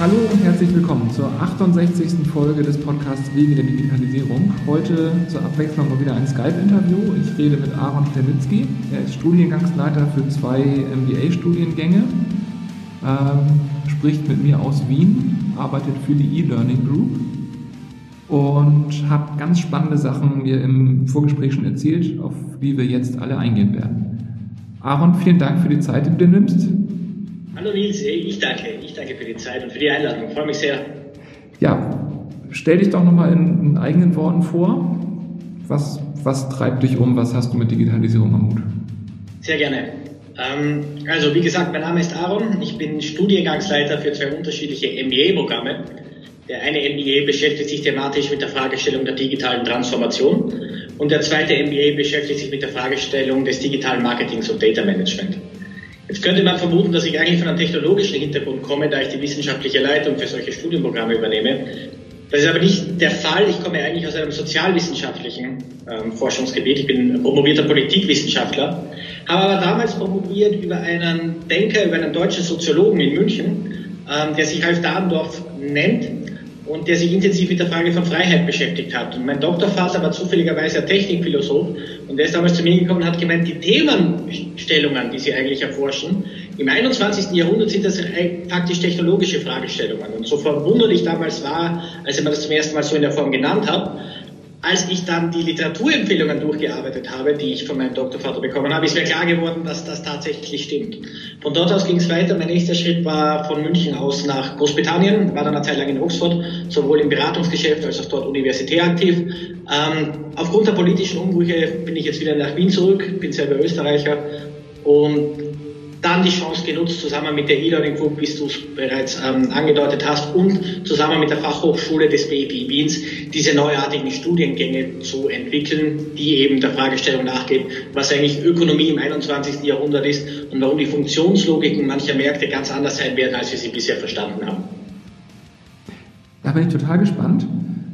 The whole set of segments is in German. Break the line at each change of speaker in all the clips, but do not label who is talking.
Hallo und herzlich willkommen zur 68. Folge des Podcasts Wege der Digitalisierung. Heute zur Abwechslung mal wieder ein Skype-Interview. Ich rede mit Aaron Klemitsky. Er ist Studiengangsleiter für 2 MBA-Studiengänge, spricht mit mir aus Wien, arbeitet für die E-Learning Group und hat ganz spannende Sachen mir im Vorgespräch schon erzählt, auf die wir jetzt alle eingehen werden. Aaron, vielen Dank für die Zeit, die du dir nimmst.
Hallo Nils, ich danke für die Zeit und für die Einladung. Ich freue mich sehr.
Ja, stell dich doch nochmal in eigenen Worten vor. Was treibt dich um? Was hast du mit Digitalisierung am Hut?
Sehr gerne. Also wie gesagt, mein Name ist Aaron. Ich bin Studiengangsleiter für 2 unterschiedliche MBA-Programme. Der eine MBA beschäftigt sich thematisch mit der Fragestellung der digitalen Transformation und der zweite MBA beschäftigt sich mit der Fragestellung des digitalen Marketings und Data Management. Jetzt könnte man vermuten, dass ich eigentlich von einem technologischen Hintergrund komme, da ich die wissenschaftliche Leitung für solche Studienprogramme übernehme. Das ist aber nicht der Fall. Ich komme eigentlich aus einem sozialwissenschaftlichen Forschungsgebiet. Ich bin promovierter Politikwissenschaftler, habe aber damals promoviert über einen Denker, über einen deutschen Soziologen in München, der sich Ralf Dahrendorf nennt und der sich intensiv mit der Frage von Freiheit beschäftigt hat. Und mein Doktorvater war zufälligerweise ein Technikphilosoph und der ist damals zu mir gekommen und hat gemeint, die Themenstellungen, die sie eigentlich erforschen, im 21. Jahrhundert sind das faktisch technologische Fragestellungen. Und so verwunderlich damals war, als ich mir das zum ersten Mal so in der Form genannt habe, als ich dann die Literaturempfehlungen durchgearbeitet habe, die ich von meinem Doktorvater bekommen habe, ist mir klar geworden, dass das tatsächlich stimmt. Von dort aus ging es weiter. Mein nächster Schritt war von München aus nach Großbritannien, war dann eine Zeit lang in Oxford, sowohl im Beratungsgeschäft als auch dort universitär aktiv. Aufgrund der politischen Umbrüche bin ich jetzt wieder nach Wien zurück, bin selber Österreicher und dann die Chance genutzt, zusammen mit der E-Learning Group, wie du es bereits angedeutet hast, und zusammen mit der Fachhochschule des BFI Wiens diese neuartigen Studiengänge zu entwickeln, die eben der Fragestellung nachgehen, was eigentlich Ökonomie im 21. Jahrhundert ist und warum die Funktionslogiken mancher Märkte ganz anders sein werden, als wir sie bisher verstanden haben.
Da bin ich total gespannt.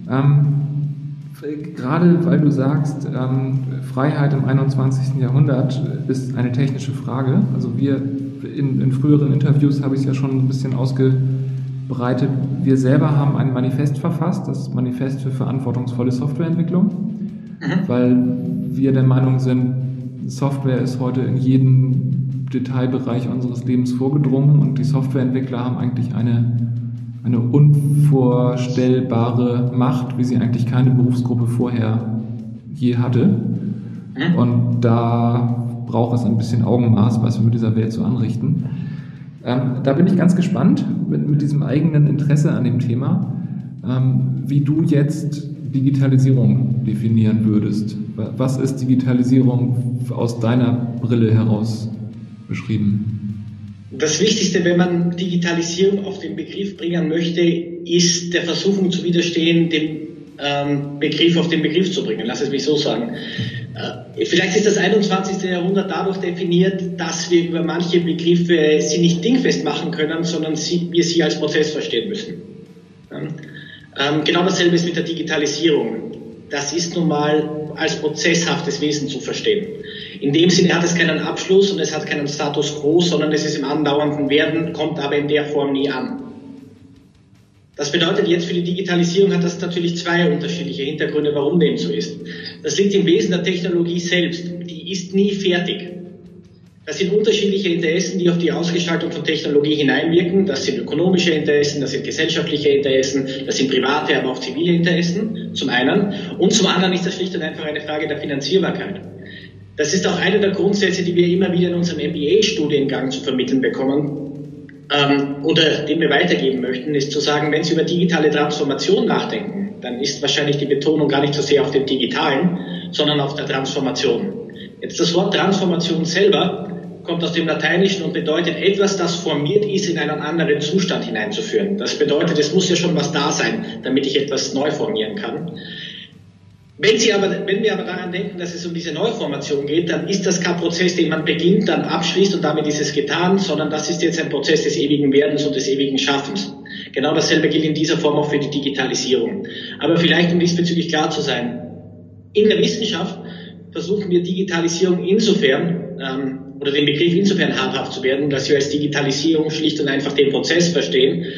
Gerade weil du sagst, Freiheit im 21. Jahrhundert ist eine technische Frage. Also wir in früheren Interviews habe ich es ja schon ein bisschen ausgebreitet. Wir selber haben ein Manifest verfasst, das Manifest für verantwortungsvolle Softwareentwicklung, weil wir der Meinung sind, Software ist heute in jeden Detailbereich unseres Lebens vorgedrungen und die Softwareentwickler haben eigentlich eine unvorstellbare Macht, wie sie eigentlich keine Berufsgruppe vorher je hatte. Und da braucht es ein bisschen Augenmaß, was wir mit dieser Welt so anrichten. Da bin ich ganz gespannt mit diesem eigenen Interesse an dem Thema, wie du jetzt Digitalisierung definieren würdest. Was ist Digitalisierung aus deiner Brille heraus beschrieben?
Das Wichtigste, wenn man Digitalisierung auf den Begriff bringen möchte, ist der Versuchung zu widerstehen, den Begriff auf den Begriff zu bringen. Lass es mich so sagen. Vielleicht ist das 21. Jahrhundert dadurch definiert, dass wir über manche Begriffe sie nicht dingfest machen können, sondern wir sie als Prozess verstehen müssen. Genau dasselbe ist mit der Digitalisierung. Das ist nun mal als prozesshaftes Wesen zu verstehen. In dem Sinne hat es keinen Abschluss und es hat keinen Status quo, sondern es ist im andauernden Werden, kommt aber in der Form nie an. Das bedeutet jetzt für die Digitalisierung hat das natürlich 2 unterschiedliche Hintergründe, warum dem so ist. Das liegt im Wesen der Technologie selbst. Die ist nie fertig. Das sind unterschiedliche Interessen, die auf die Ausgestaltung von Technologie hineinwirken. Das sind ökonomische Interessen, das sind gesellschaftliche Interessen, das sind private, aber auch zivile Interessen, zum einen. Und zum anderen ist das schlicht und einfach eine Frage der Finanzierbarkeit. Das ist auch einer der Grundsätze, die wir immer wieder in unserem MBA-Studiengang zu vermitteln bekommen oder den wir weitergeben möchten, ist zu sagen, wenn Sie über digitale Transformation nachdenken, dann ist wahrscheinlich die Betonung gar nicht so sehr auf dem Digitalen, sondern auf der Transformation. Jetzt das Wort Transformation selber kommt aus dem Lateinischen und bedeutet etwas, das formiert ist, in einen anderen Zustand hineinzuführen. Das bedeutet, es muss ja schon was da sein, damit ich etwas neu formieren kann. Wenn wir aber daran denken, dass es um diese Neuformation geht, dann ist das kein Prozess, den man beginnt, dann abschließt und damit ist es getan, sondern das ist jetzt ein Prozess des ewigen Werdens und des ewigen Schaffens. Genau dasselbe gilt in dieser Form auch für die Digitalisierung. Aber vielleicht, um diesbezüglich klar zu sein, in der Wissenschaft versuchen wir Digitalisierung insofern, oder den Begriff insofern habhaft zu werden, dass wir als Digitalisierung schlicht und einfach den Prozess verstehen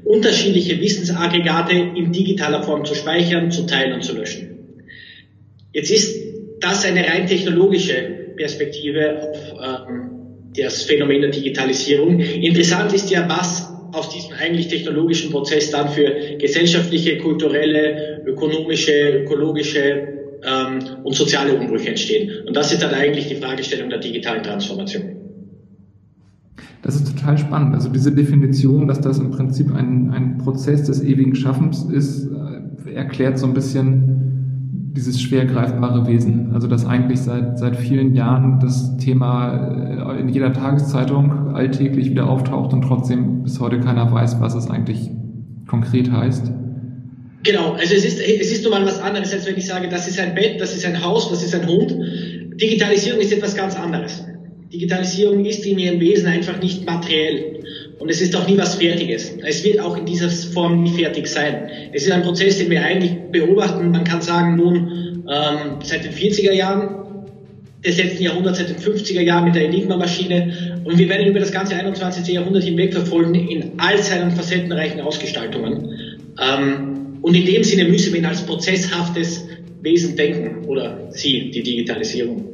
unterschiedliche Wissensaggregate in digitaler Form zu speichern, zu teilen und zu löschen. Jetzt ist das eine rein technologische Perspektive auf das Phänomen der Digitalisierung. Interessant ist ja, was aus diesem eigentlich technologischen Prozess dann für gesellschaftliche, kulturelle, ökonomische, ökologische und soziale Umbrüche entstehen. Und das ist dann eigentlich die Fragestellung der digitalen Transformation.
Das ist total spannend. Also diese Definition, dass das im Prinzip ein Prozess des ewigen Schaffens ist, erklärt so ein bisschen dieses schwer greifbare Wesen. Also dass eigentlich seit vielen Jahren das Thema in jeder Tageszeitung alltäglich wieder auftaucht und trotzdem bis heute keiner weiß, was es eigentlich konkret heißt.
Genau, also es ist nun mal was anderes, als wenn ich sage, das ist ein Bett, das ist ein Haus, das ist ein Hund. Digitalisierung ist etwas ganz anderes. Digitalisierung ist in ihrem Wesen einfach nicht materiell. Und es ist auch nie was Fertiges. Es wird auch in dieser Form nie fertig sein. Es ist ein Prozess, den wir eigentlich beobachten. Man kann sagen, nun seit den 40er Jahren des letzten Jahrhunderts, seit den 50er Jahren mit der Enigma-Maschine. Und wir werden über das ganze 21. Jahrhundert hinweg verfolgen in all seinen facettenreichen Ausgestaltungen. Und in dem Sinne müssen wir ihn als prozesshaftes Wesen denken. Oder sie, die Digitalisierung.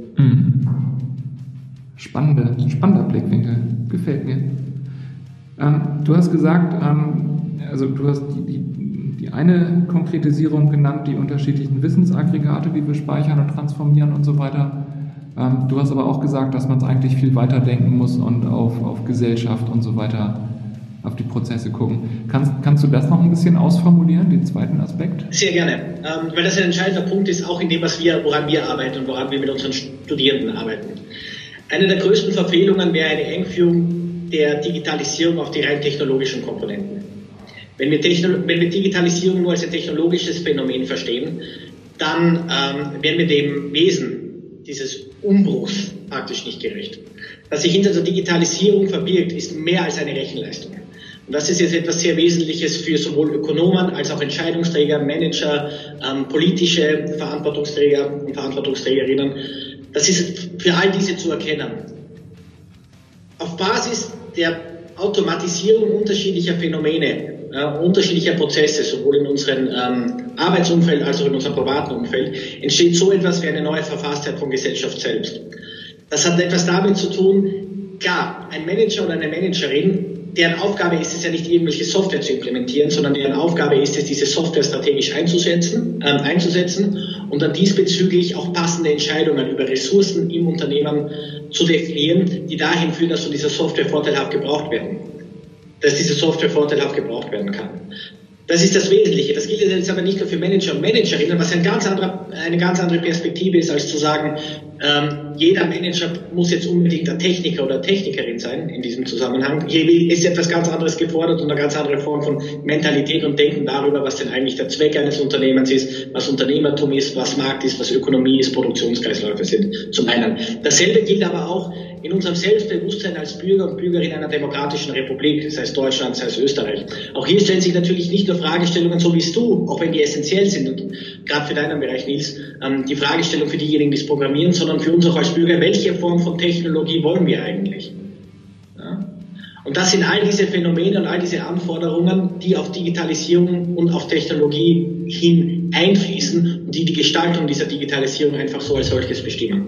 Spannender Blickwinkel. Gefällt mir. Du hast gesagt, also du hast die eine Konkretisierung genannt, die unterschiedlichen Wissensaggregate, wie wir speichern und transformieren und so weiter. Du hast aber auch gesagt, dass man es eigentlich viel weiter denken muss und auf Gesellschaft und so weiter, auf die Prozesse gucken. Kannst du das noch ein bisschen ausformulieren, den zweiten Aspekt?
Sehr gerne, weil das ein entscheidender Punkt ist, auch in dem, woran wir arbeiten und woran wir mit unseren Studierenden arbeiten. Eine der größten Verfehlungen wäre eine Engführung der Digitalisierung auf die rein technologischen Komponenten. Wenn wir Digitalisierung nur als ein technologisches Phänomen verstehen, dann werden wir dem Wesen dieses Umbruchs praktisch nicht gerecht. Was sich hinter der Digitalisierung verbirgt, ist mehr als eine Rechenleistung. Und das ist jetzt etwas sehr Wesentliches für sowohl Ökonomen als auch Entscheidungsträger, Manager, politische Verantwortungsträger und Verantwortungsträgerinnen. Das ist für all diese zu erkennen. Auf Basis der Automatisierung unterschiedlicher Phänomene, unterschiedlicher Prozesse, sowohl in unserem Arbeitsumfeld als auch in unserem privaten Umfeld, entsteht so etwas wie eine neue Verfasstheit von Gesellschaft selbst. Das hat etwas damit zu tun, klar, ein Manager oder eine Managerin, deren Aufgabe ist es ja nicht, irgendwelche Software zu implementieren, sondern deren Aufgabe ist es, diese Software strategisch einzusetzen und dann diesbezüglich auch passende Entscheidungen über Ressourcen im Unternehmen zu definieren, die dahin führen, dass diese Software vorteilhaft gebraucht werden kann. Das ist das Wesentliche. Das gilt jetzt aber nicht nur für Manager und Managerinnen, was eine ganz andere Perspektive ist, als zu sagen, jeder Manager muss jetzt unbedingt ein Techniker oder Technikerin sein in diesem Zusammenhang. Hier ist etwas ganz anderes gefordert und eine ganz andere Form von Mentalität und Denken darüber, was denn eigentlich der Zweck eines Unternehmens ist, was Unternehmertum ist, was Markt ist, was Ökonomie ist, Produktionskreisläufe sind, zum einen. Dasselbe gilt aber auch in unserem Selbstbewusstsein als Bürger und Bürgerin einer demokratischen Republik, sei es Deutschland, sei es Österreich. Auch hier stellen sich natürlich nicht nur Fragestellungen, so wie es du, auch wenn die essentiell sind, und gerade für deinen Bereich, Nils, die Fragestellung für diejenigen, die es programmieren, sondern für uns auch als Bürger, welche Form von Technologie wollen wir eigentlich? Ja? Und das sind all diese Phänomene und all diese Anforderungen, die auf Digitalisierung und auf Technologie hin einfließen und die Gestaltung dieser Digitalisierung einfach so als solches bestimmen.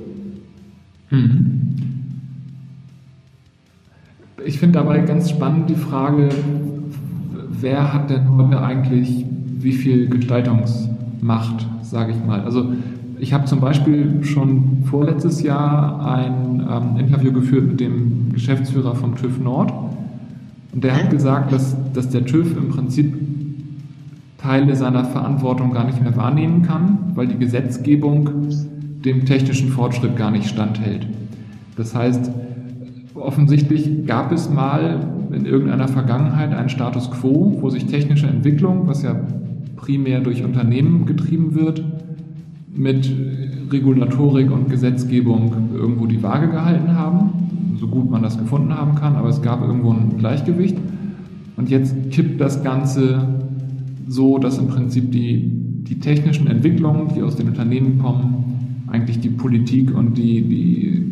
Ich finde dabei ganz spannend die Frage, wer hat denn heute eigentlich wie viel Gestaltungsmacht, sage ich mal. Also ich habe zum Beispiel schon vorletztes Jahr ein Interview geführt mit dem Geschäftsführer vom TÜV Nord und der hat gesagt, dass der TÜV im Prinzip Teile seiner Verantwortung gar nicht mehr wahrnehmen kann, weil die Gesetzgebung dem technischen Fortschritt gar nicht standhält. Das heißt, offensichtlich gab es mal in irgendeiner Vergangenheit einen Status quo, wo sich technische Entwicklung, was ja primär durch Unternehmen getrieben wird, mit Regulatorik und Gesetzgebung irgendwo die Waage gehalten haben, so gut man das gefunden haben kann, aber es gab irgendwo ein Gleichgewicht. Und jetzt kippt das Ganze so, dass im Prinzip die technischen Entwicklungen, die aus den Unternehmen kommen, eigentlich die Politik und die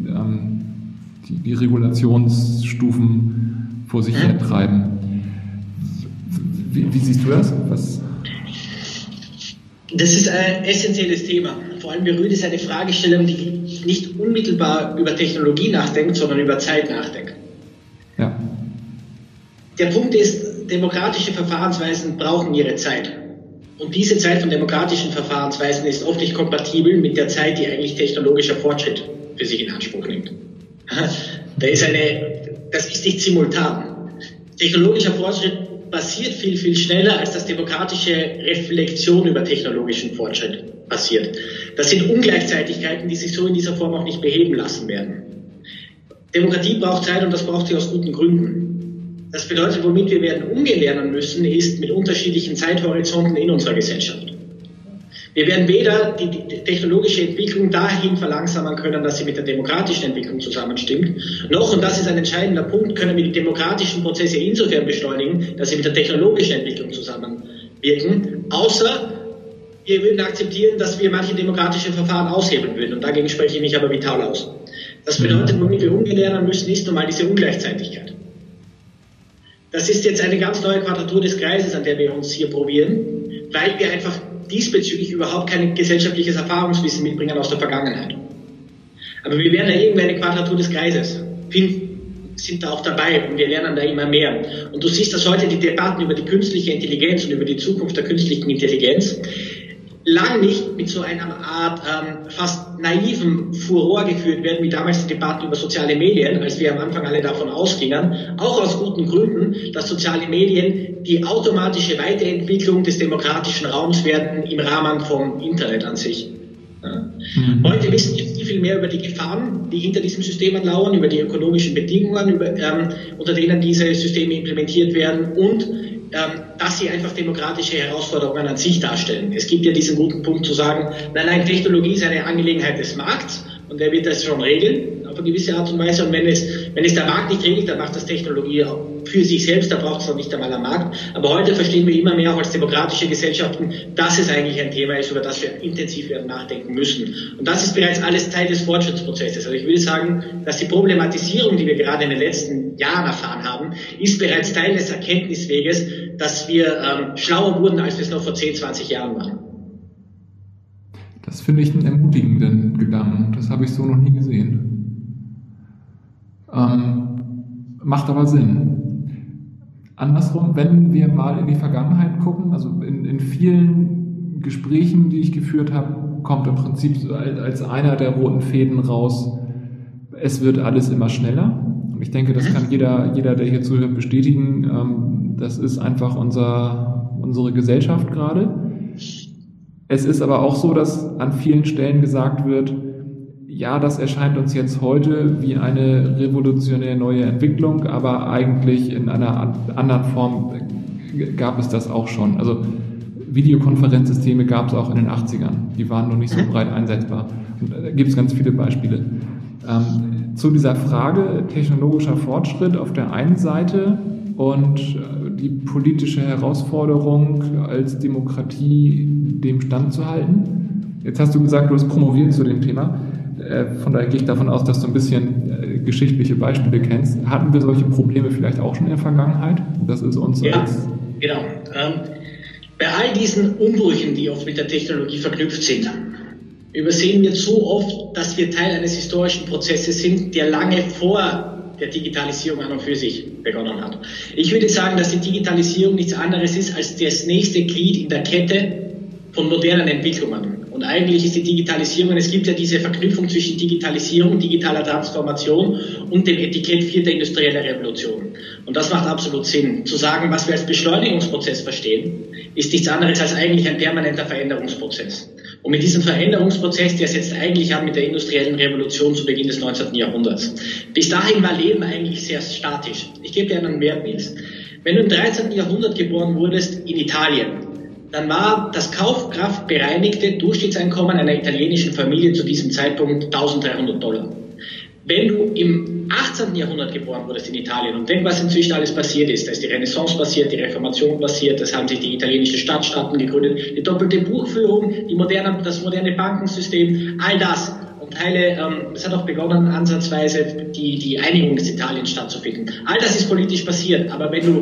Regulationsstufen vor sich her treiben. Wie siehst du das?
Das ist ein essentielles Thema. Vor allem berührt es eine Fragestellung, die nicht unmittelbar über Technologie nachdenkt, sondern über Zeit nachdenkt.
Ja.
Der Punkt ist, demokratische Verfahrensweisen brauchen ihre Zeit. Und diese Zeit von demokratischen Verfahrensweisen ist oft nicht kompatibel mit der Zeit, die eigentlich technologischer Fortschritt für sich in Anspruch nimmt. Das ist nicht simultan. Technologischer Fortschritt passiert viel, viel schneller, als dass demokratische Reflexion über technologischen Fortschritt passiert. Das sind Ungleichzeitigkeiten, die sich so in dieser Form auch nicht beheben lassen werden. Demokratie braucht Zeit und das braucht sie aus guten Gründen. Das bedeutet, womit wir werden umgehen lernen müssen, ist mit unterschiedlichen Zeithorizonten in unserer Gesellschaft. Wir werden weder die technologische Entwicklung dahin verlangsamen können, dass sie mit der demokratischen Entwicklung zusammenstimmt, noch, und das ist ein entscheidender Punkt, können wir die demokratischen Prozesse insofern beschleunigen, dass sie mit der technologischen Entwicklung zusammenwirken, außer wir würden akzeptieren, dass wir manche demokratische Verfahren aushebeln würden, und dagegen spreche ich mich aber vital aus. Das bedeutet, womit wir umgehen lernen müssen, ist nun mal diese Ungleichzeitigkeit. Das ist jetzt eine ganz neue Quadratur des Kreises, an der wir uns hier probieren, weil wir einfach diesbezüglich überhaupt kein gesellschaftliches Erfahrungswissen mitbringen aus der Vergangenheit. Aber wir werden da irgendwie eine Quadratur des Kreises finden, sind da auch dabei und wir lernen da immer mehr. Und du siehst, dass heute die Debatten über die künstliche Intelligenz und über die Zukunft der künstlichen Intelligenz lang nicht mit so einer Art fast naiven Furor geführt werden, wie damals die Debatten über soziale Medien, als wir am Anfang alle davon ausgingen, auch aus guten Gründen, dass soziale Medien die automatische Weiterentwicklung des demokratischen Raums werden im Rahmen vom Internet an sich. Ja. Heute wissen wir viel mehr über die Gefahren, die hinter diesem System lauern, über die ökonomischen Bedingungen, unter denen diese Systeme implementiert werden und dass sie einfach demokratische Herausforderungen an sich darstellen. Es gibt ja diesen guten Punkt zu sagen, nein, Technologie ist eine Angelegenheit des Markts und der wird das schon regeln, auf eine gewisse Art und Weise. Und wenn es der Markt nicht regelt, dann macht das Technologie auch für sich selbst, da braucht es noch nicht einmal am Markt. Aber heute verstehen wir immer mehr auch als demokratische Gesellschaften, dass es eigentlich ein Thema ist, über das wir intensiv werden nachdenken müssen. Und das ist bereits alles Teil des Fortschrittsprozesses. Also ich will sagen, dass die Problematisierung, die wir gerade in den letzten Jahren erfahren haben, ist bereits Teil des Erkenntnisweges, dass wir schlauer wurden, als wir es noch vor 10, 20 Jahren waren.
Das finde ich einen ermutigenden Gedanken. Das habe ich so noch nie gesehen. Macht aber Sinn. Andersrum, wenn wir mal in die Vergangenheit gucken, also in vielen Gesprächen, die ich geführt habe, kommt im Prinzip als einer der roten Fäden raus, es wird alles immer schneller. Und ich denke, das kann jeder, der hier zuhört, bestätigen. Das ist einfach unsere Gesellschaft gerade. Es ist aber auch so, dass an vielen Stellen gesagt wird, ja, das erscheint uns jetzt heute wie eine revolutionär neue Entwicklung, aber eigentlich in einer anderen Form gab es das auch schon. Also Videokonferenzsysteme gab es auch in den 80ern. Die waren noch nicht so breit einsetzbar. Und da gibt es ganz viele Beispiele. Zu dieser Frage technologischer Fortschritt auf der einen Seite und die politische Herausforderung als Demokratie dem standzuhalten. Jetzt hast du gesagt, du hast promoviert zu dem Thema. Von daher gehe ich davon aus, dass du ein bisschen geschichtliche Beispiele kennst. Hatten wir solche Probleme vielleicht auch schon in der Vergangenheit? Das ist uns
genau. Bei all diesen Umbrüchen, die oft mit der Technologie verknüpft sind, übersehen wir zu oft, dass wir Teil eines historischen Prozesses sind, der lange vor der Digitalisierung an und für sich begonnen hat. Ich würde sagen, dass die Digitalisierung nichts anderes ist als das nächste Glied in der Kette von modernen Entwicklungen. Und eigentlich ist die Digitalisierung, es gibt ja diese Verknüpfung zwischen Digitalisierung, digitaler Transformation und dem Etikett 4. industrielle Revolution. Und das macht absolut Sinn. Zu sagen, was wir als Beschleunigungsprozess verstehen, ist nichts anderes als eigentlich ein permanenter Veränderungsprozess. Und mit diesem Veränderungsprozess, der setzt eigentlich an mit der industriellen Revolution zu Beginn des 19. Jahrhunderts. Bis dahin war Leben eigentlich sehr statisch. Ich gebe dir einen Wert, Nils. Wenn du im 13. Jahrhundert geboren wurdest in Italien, dann war das kaufkraftbereinigte Durchschnittseinkommen einer italienischen Familie zu diesem Zeitpunkt $1.300. Wenn du im 18. Jahrhundert geboren wurdest in Italien und denk, was inzwischen alles passiert ist, da ist die Renaissance passiert, die Reformation passiert, es haben sich die italienischen Stadtstaaten gegründet, die doppelte Buchführung, das moderne Bankensystem, all das. Und es hat auch begonnen, ansatzweise die Einigung des Italiens stattzufinden. All das ist politisch passiert, aber wenn du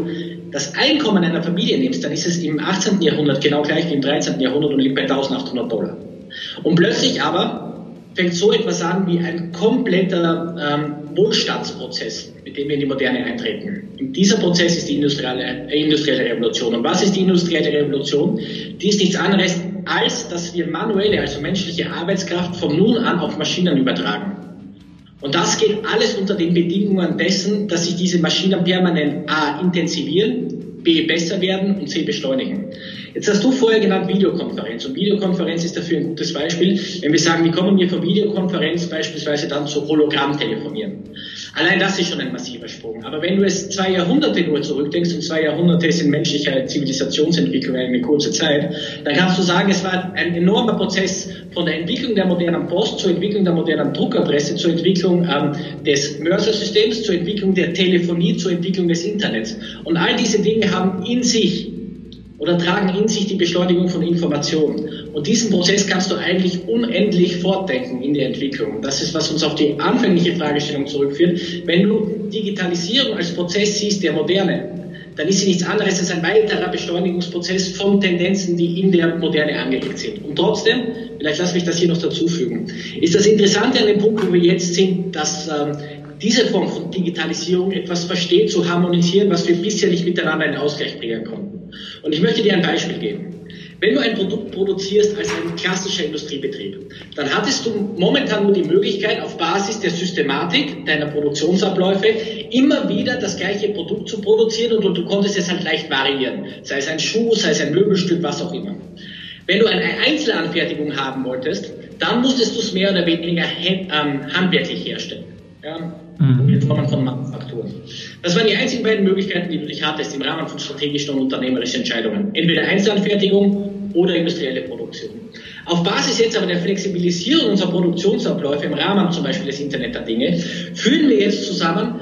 das Einkommen einer Familie nimmst, dann ist es im 18. Jahrhundert genau gleich wie im 13. Jahrhundert und liegt bei $1.800. Und plötzlich aber fängt so etwas an wie ein kompletter Wohlstandsprozess, mit dem wir in die Moderne eintreten. Und dieser Prozess ist die industrielle Revolution. Und was ist die industrielle Revolution? Die ist nichts anderes, als dass wir manuelle, also menschliche Arbeitskraft von nun an auf Maschinen übertragen. Und das geht alles unter den Bedingungen dessen, dass sich diese Maschinen permanent A. intensivieren, B. besser werden und C. beschleunigen. Jetzt hast du vorher genannt Videokonferenz. Und Videokonferenz ist dafür ein gutes Beispiel, wenn wir sagen, wie kommen wir von Videokonferenz beispielsweise dann zu Hologramm-Telefonieren. Allein das ist schon ein massiver Sprung. Aber wenn du es 2 Jahrhunderte nur zurückdenkst, und 2 Jahrhunderte ist in menschlicher Zivilisationsentwicklung eine kurze Zeit, dann kannst du sagen, es war ein enormer Prozess von der Entwicklung der modernen Post zur Entwicklung der modernen Druckerpresse, zur Entwicklung des Mörsersystems, zur Entwicklung der Telefonie, zur Entwicklung des Internets. Und all diese Dinge haben in sich oder tragen in sich die Beschleunigung von Informationen. Und diesen Prozess kannst du eigentlich unendlich fortdenken in der Entwicklung. Das ist, was uns auf die anfängliche Fragestellung zurückführt. Wenn du Digitalisierung als Prozess siehst, der Moderne, dann ist sie nichts anderes als ein weiterer Beschleunigungsprozess von Tendenzen, die in der Moderne angelegt sind. Und trotzdem, vielleicht lass mich das hier noch dazufügen, ist das Interessante an dem Punkt, wo wir jetzt sind, dass diese Form von Digitalisierung etwas versteht, zu harmonisieren, was wir bisher nicht miteinander in Ausgleich bringen konnten. Und ich möchte dir ein Beispiel geben. Wenn du ein Produkt produzierst als ein klassischer Industriebetrieb, dann hattest du momentan nur die Möglichkeit, auf Basis der Systematik deiner Produktionsabläufe immer wieder das gleiche Produkt zu produzieren und du konntest es halt leicht variieren. Sei es ein Schuh, sei es ein Möbelstück, was auch immer. Wenn du eine Einzelanfertigung haben wolltest, dann musstest du es mehr oder weniger handwerklich herstellen. Ja, in Form von Manufakturen. Das waren die einzigen beiden Möglichkeiten, die du dich hattest im Rahmen von strategischen und unternehmerischen Entscheidungen. Entweder Einzelanfertigung oder industrielle Produktion. Auf Basis jetzt aber der Flexibilisierung unserer Produktionsabläufe im Rahmen zum Beispiel des Internet der Dinge, führen wir jetzt zusammen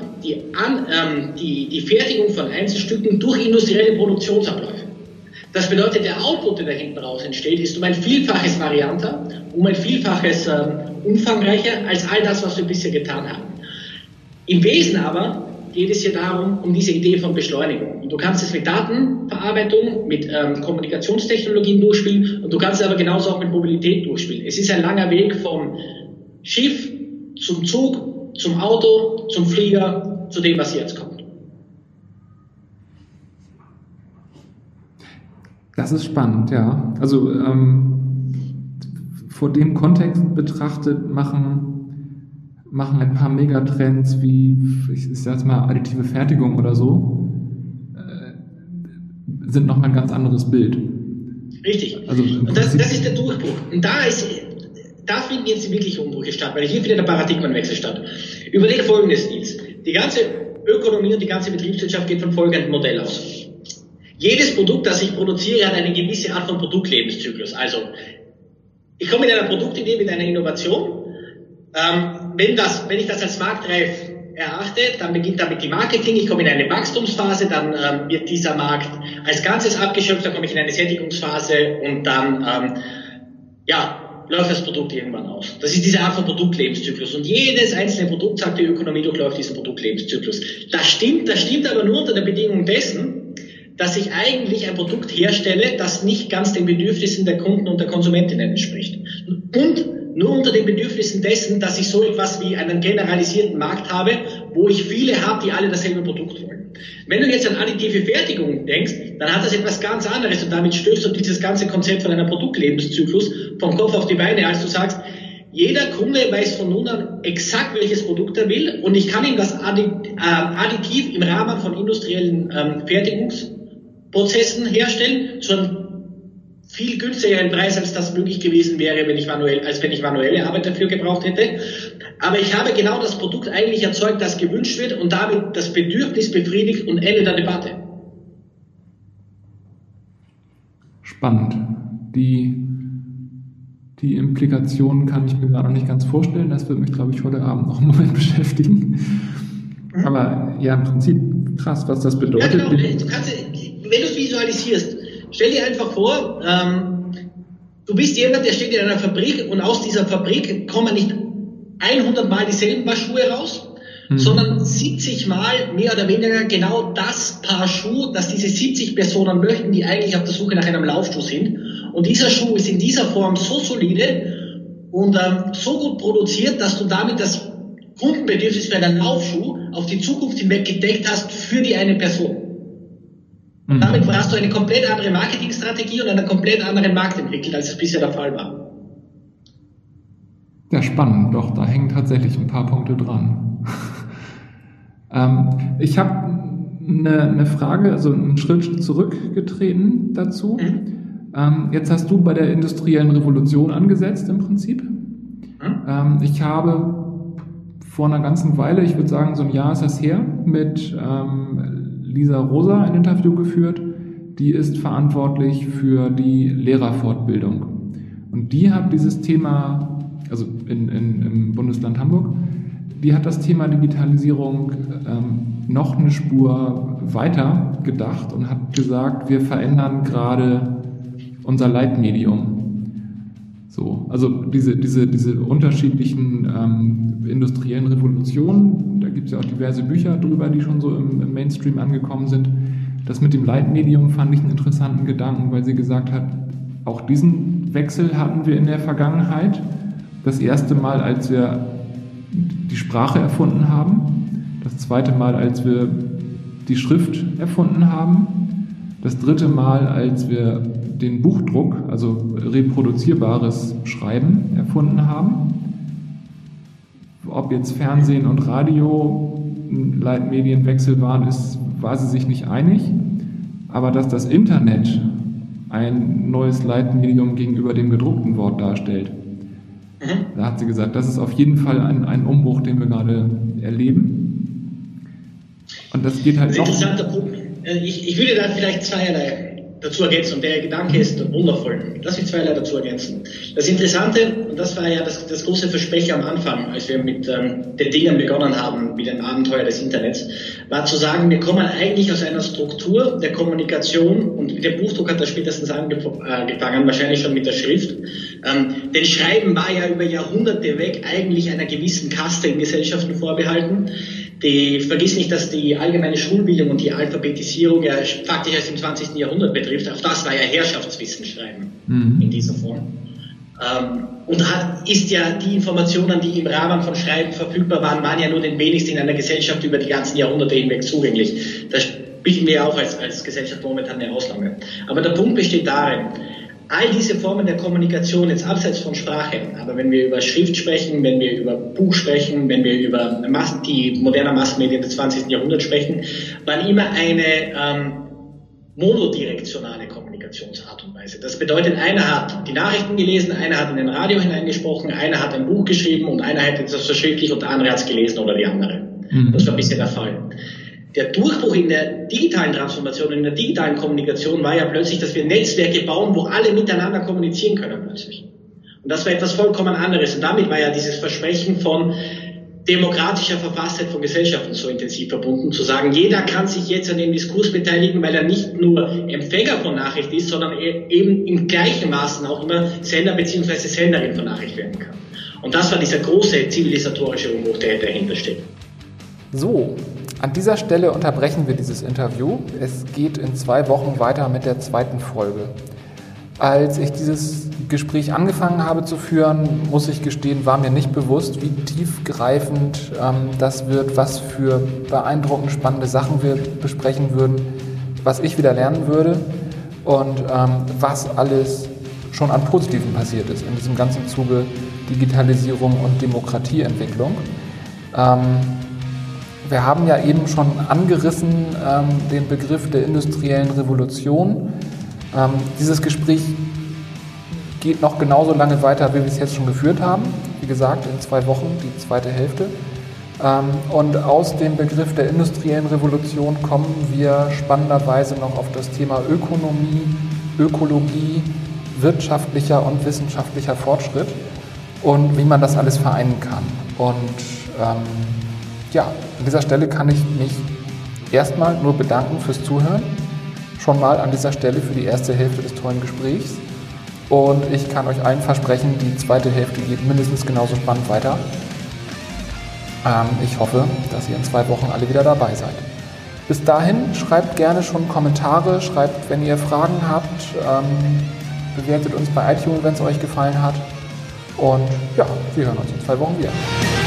die Fertigung von Einzelstücken durch industrielle Produktionsabläufe. Das bedeutet, der Output, der da hinten raus entsteht, ist um ein Vielfaches varianter, um ein Vielfaches umfangreicher als all das, was wir bisher getan haben. Im Wesen aber geht es hier darum, um diese Idee von Beschleunigung. Und du kannst es mit Datenverarbeitung, mit Kommunikationstechnologien durchspielen und du kannst es aber genauso auch mit Mobilität durchspielen. Es ist ein langer Weg vom Schiff zum Zug, zum Auto, zum Flieger, zu dem, was jetzt kommt.
Das ist spannend, ja. Also vor dem Kontext betrachtet machen ein paar Megatrends wie, ich sag mal, additive Fertigung oder so, sind nochmal ein ganz anderes Bild.
Richtig. Also und das ist der Durchbruch. Und da finden jetzt die wirklichen Umbrüche statt, weil hier findet der Paradigmenwechsel statt. Überleg Folgendes, Nils. Die ganze Ökonomie und die ganze Betriebswirtschaft geht von folgendem Modell aus. Jedes Produkt, das ich produziere, hat eine gewisse Art von Produktlebenszyklus. Also, ich komme mit einer Produktidee, mit einer Innovation. Wenn ich das als marktreif erachte, dann beginnt damit die Marketing, ich komme in eine Wachstumsphase, dann wird dieser Markt als Ganzes abgeschöpft, dann komme ich in eine Sättigungsphase und dann läuft das Produkt irgendwann aus. Das ist diese Art von Produktlebenszyklus. Und jedes einzelne Produkt, sagt die Ökonomie, durchläuft diesen Produktlebenszyklus. Das stimmt aber nur unter der Bedingung dessen, dass ich eigentlich ein Produkt herstelle, das nicht ganz den Bedürfnissen der Kunden und der Konsumentinnen entspricht. Und nur unter den Bedürfnissen dessen, dass ich so etwas wie einen generalisierten Markt habe, wo ich viele habe, die alle dasselbe Produkt wollen. Wenn du jetzt an additive Fertigung denkst, dann hat das etwas ganz anderes und damit stößt du dieses ganze Konzept von einer Produktlebenszyklus vom Kopf auf die Beine, als du sagst, jeder Kunde weiß von nun an exakt, welches Produkt er will und ich kann ihm das additiv im Rahmen von industriellen Fertigungsprozessen herstellen zu einem viel günstigeren Preis, als das möglich gewesen wäre, wenn ich manuelle Arbeit dafür gebraucht hätte. Aber ich habe genau das Produkt eigentlich erzeugt, das gewünscht wird und damit das Bedürfnis befriedigt und Ende der Debatte.
Spannend. Die Implikationen kann ich mir gerade noch nicht ganz vorstellen. Das wird mich, glaube ich, heute Abend noch einen Moment beschäftigen. Aber ja, im Prinzip krass, was das bedeutet.
Ja, genau. Wenn du es visualisierst, stell dir einfach vor, du bist jemand, der steht in einer Fabrik und aus dieser Fabrik kommen nicht 100 Mal dieselben Paar Schuhe raus, sondern 70 Mal mehr oder weniger genau das Paar Schuh, das diese 70 Personen möchten, die eigentlich auf der Suche nach einem Laufschuh sind. Und dieser Schuh ist in dieser Form so solide und so gut produziert, dass du damit das Kundenbedürfnis für einen Laufschuh auf die Zukunft hinweg gedeckt hast für die eine Person. Und damit hast du eine komplett andere Marketingstrategie und einen komplett anderen Markt entwickelt, als es bisher der Fall war.
Ja, spannend. Doch, da hängen tatsächlich ein paar Punkte dran. Ich habe eine Frage, also einen Schritt zurückgetreten dazu. Jetzt hast du bei der industriellen Revolution angesetzt im Prinzip. Ich habe vor einer ganzen Weile, ich würde sagen so ein Jahr ist das her, mit Lisa Rosa ein Interview geführt. Die ist verantwortlich für die Lehrerfortbildung. Und die hat dieses Thema, also im Bundesland Hamburg, die hat das Thema Digitalisierung noch eine Spur weiter gedacht und hat gesagt, wir verändern gerade unser Leitmedium. So, also diese unterschiedlichen industriellen Revolutionen, da gibt es ja auch diverse Bücher drüber, die schon so im Mainstream angekommen sind. Das mit dem Leitmedium fand ich einen interessanten Gedanken, weil sie gesagt hat, auch diesen Wechsel hatten wir in der Vergangenheit. Das erste Mal, als wir die Sprache erfunden haben, das zweite Mal, als wir die Schrift erfunden haben, das dritte Mal, als wir den Buchdruck, also reproduzierbares Schreiben, erfunden haben. Ob jetzt Fernsehen und Radio ein Leitmedienwechsel waren, war sie sich nicht einig. Aber dass das Internet ein neues Leitmedium gegenüber dem gedruckten Wort darstellt, da hat sie gesagt, das ist auf jeden Fall ein Umbruch, den wir gerade erleben. Und das geht halt
noch. Das ist ein interessanter Punkt. Ich würde da vielleicht zweierlei dazu ergänzen, und der Gedanke ist wundervoll. Lass mich zweierlei dazu ergänzen. Das Interessante, und das war ja das große Versprechen am Anfang, als wir mit den Dingen begonnen haben, wie dem Abenteuer des Internets, war zu sagen, wir kommen eigentlich aus einer Struktur der Kommunikation, und der Buchdruck hat da spätestens angefangen, wahrscheinlich schon mit der Schrift. Denn Schreiben war ja über Jahrhunderte weg eigentlich einer gewissen Kaste in Gesellschaften vorbehalten. Vergiss nicht, dass die allgemeine Schulbildung und die Alphabetisierung ja faktisch erst im 20. Jahrhundert betrifft. Auch das war ja Herrschaftswissen schreiben in dieser Form. Ist ja die Informationen, die im Rahmen von Schreiben verfügbar waren ja nur den wenigsten in einer Gesellschaft über die ganzen Jahrhunderte hinweg zugänglich. Da bilden wir auch als Gesellschaft momentan eine Ausnahme. Aber der Punkt besteht darin, all diese Formen der Kommunikation, jetzt abseits von Sprache, aber wenn wir über Schrift sprechen, wenn wir über Buch sprechen, wenn wir über die modernen Massenmedien des 20. Jahrhunderts sprechen, waren immer eine monodirektionale Kommunikationsart und Weise. Das bedeutet, einer hat die Nachrichten gelesen, einer hat in ein Radio hineingesprochen, einer hat ein Buch geschrieben und einer hat das verschriftlicht und der andere hat es gelesen oder die andere. Das war bisher der Fall. Der Durchbruch in der digitalen Transformation, in der digitalen Kommunikation war ja plötzlich, dass wir Netzwerke bauen, wo alle miteinander kommunizieren können plötzlich. Und das war etwas vollkommen anderes. Und damit war ja dieses Versprechen von demokratischer Verfasstheit von Gesellschaften so intensiv verbunden, zu sagen, jeder kann sich jetzt an dem Diskurs beteiligen, weil er nicht nur Empfänger von Nachricht ist, sondern eben im gleichen Maßen auch immer Sender bzw. Senderin von Nachricht werden kann. Und das war dieser große zivilisatorische Umbruch, der dahinter steht.
So, an dieser Stelle unterbrechen wir dieses Interview. Es geht in 2 Wochen weiter mit der 2. Folge. Als ich dieses Gespräch angefangen habe zu führen, muss ich gestehen, war mir nicht bewusst, wie tiefgreifend das wird, was für beeindruckend spannende Sachen wir besprechen würden, was ich wieder lernen würde und was alles schon an Positiven passiert ist in diesem ganzen Zuge Digitalisierung und Demokratieentwicklung. Wir haben ja eben schon angerissen den Begriff der industriellen Revolution. Dieses Gespräch geht noch genauso lange weiter, wie wir es jetzt schon geführt haben. Wie gesagt, in 2 Wochen, die 2. Hälfte. Und aus dem Begriff der industriellen Revolution kommen wir spannenderweise noch auf das Thema Ökonomie, Ökologie, wirtschaftlicher und wissenschaftlicher Fortschritt und wie man das alles vereinen kann. Und an dieser Stelle kann ich mich erstmal nur bedanken fürs Zuhören. Schon mal an dieser Stelle für die erste Hälfte des tollen Gesprächs. Und ich kann euch allen versprechen, die 2. Hälfte geht mindestens genauso spannend weiter. Ich hoffe, dass ihr in 2 Wochen alle wieder dabei seid. Bis dahin schreibt gerne schon Kommentare, schreibt, wenn ihr Fragen habt, bewertet uns bei iTunes, wenn es euch gefallen hat. Und ja, wir hören uns in 2 Wochen wieder.